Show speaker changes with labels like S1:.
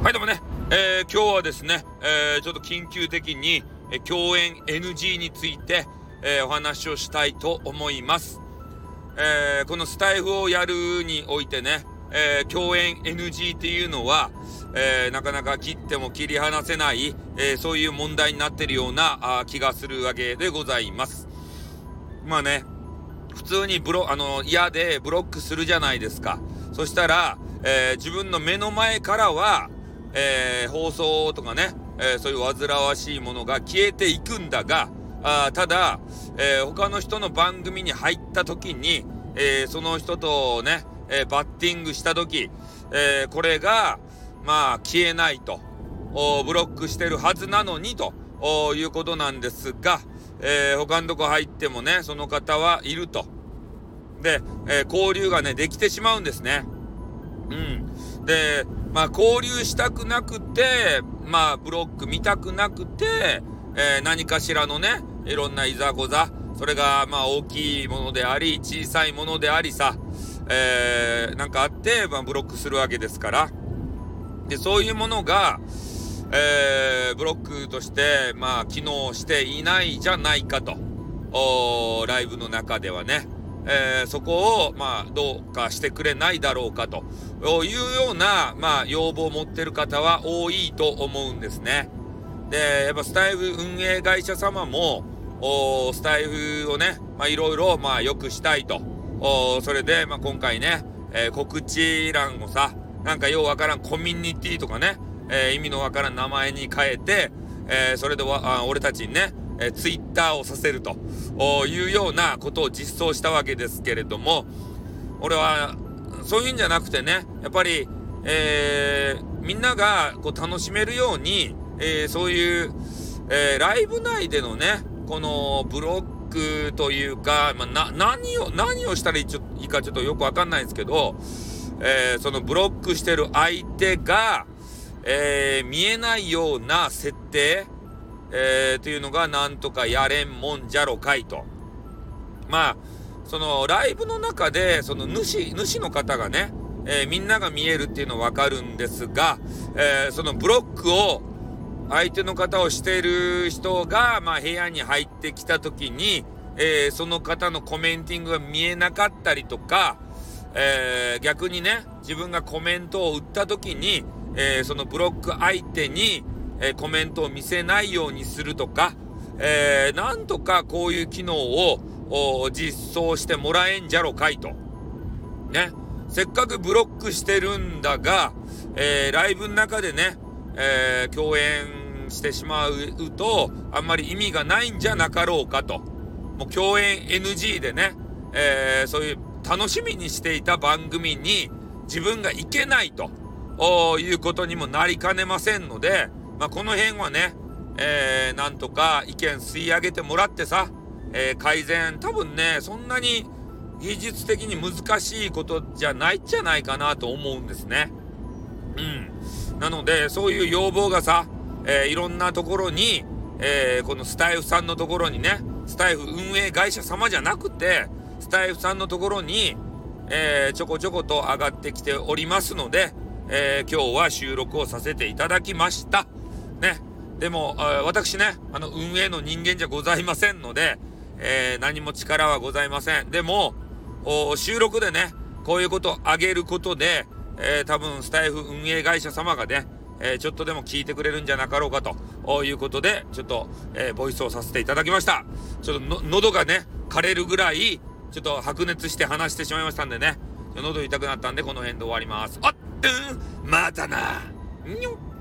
S1: はい、でもね、今日はですね、ちょっと緊急的に、共演 NG について、お話をしたいと思います。このスタイフをやるにおいてね、共演 NG っていうのは、なかなか切っても切り離せない、そういう問題になってるような気がするわけでございます。まあね、普通に嫌でブロックするじゃないですか。そしたら、自分の目の前からは、放送とかね、そういう煩わしいものが消えていくんだが、ただ、他の人の番組に入った時に、その人とね、バッティングした時、これがまあ消えないと、ブロックしてるはずなのにということなんですが、他のとこ入ってもね、その方はいると。で、交流がねできてしまうんですね。で、まあ交流したくなくて、まあブロック見たくなくて、何かしらのね、いろんないざこざ、それがまあ大きいものであり小さいものでありさ、なんかあって、まあ、ブロックするわけですから。で、そういうものが、ブロックとしてまあ機能していないじゃないかと、ライブの中ではね、そこをまあどうかしてくれないだろうかというようなまあ要望を持ってる方は多いと思うんですね。で、やっぱスタイフ運営会社様もスタイフをね、まあいろいろまあ良くしたいと、それでまあ今回ね、告知欄をさ、なんかようわからんコミュニティとかね、意味のわからん名前に変えて、それで俺たちにね、ツイッターをさせるというようなことを実装したわけですけれども、俺はそういうんじゃなくてね、やっぱり、みんながこう楽しめるように、そういう、ライブ内でのね、このブロックというか、まあ、何をしたらいいかちょっとよくわかんないんですけど、そのブロックしてる相手が、見えないような設定、というのがなんとかやれんもんじゃろかいと。まあそのライブの中でその主の方がね、みんなが見えるっていうのはわかるんですが、そのブロックを相手の方をしている人がまあ部屋に入ってきた時に、その方のコメンティングが見えなかったりとか、逆にね、自分がコメントを打った時に、そのブロック相手に、コメントを見せないようにするとか、なんとかこういう機能を実装してもらえんじゃろかいとね。せっかくブロックしてるんだが、ライブの中でね、共演してしまうとあんまり意味がないんじゃなかろうかと。もう共演 NG でね、そういう楽しみにしていた番組に自分が行けないということにもなりかねませんので、まあ、この辺はね、なんとか意見吸い上げてもらってさ、改善、多分ね、そんなに技術的に難しいことじゃないんじゃないかなと思うんですね。なので、そういう要望がさ、いろんなところに、このスタイフさんのところにね、スタイフ運営会社様じゃなくて、スタイフさんのところに、ちょこちょこと上がってきておりますので、今日は収録をさせていただきましたね。でも私ね、運営の人間じゃございませんので、何も力はございません。でも収録でね、こういうことを上げることで、多分スタイフ運営会社様がね、ちょっとでも聞いてくれるんじゃなかろうかということで、ちょっと、ボイスをさせていただきました。ちょっと喉がね枯れるぐらいちょっと白熱して話してしまいましたんでね、喉痛くなったんでこの辺で終わります。またな。にょっ。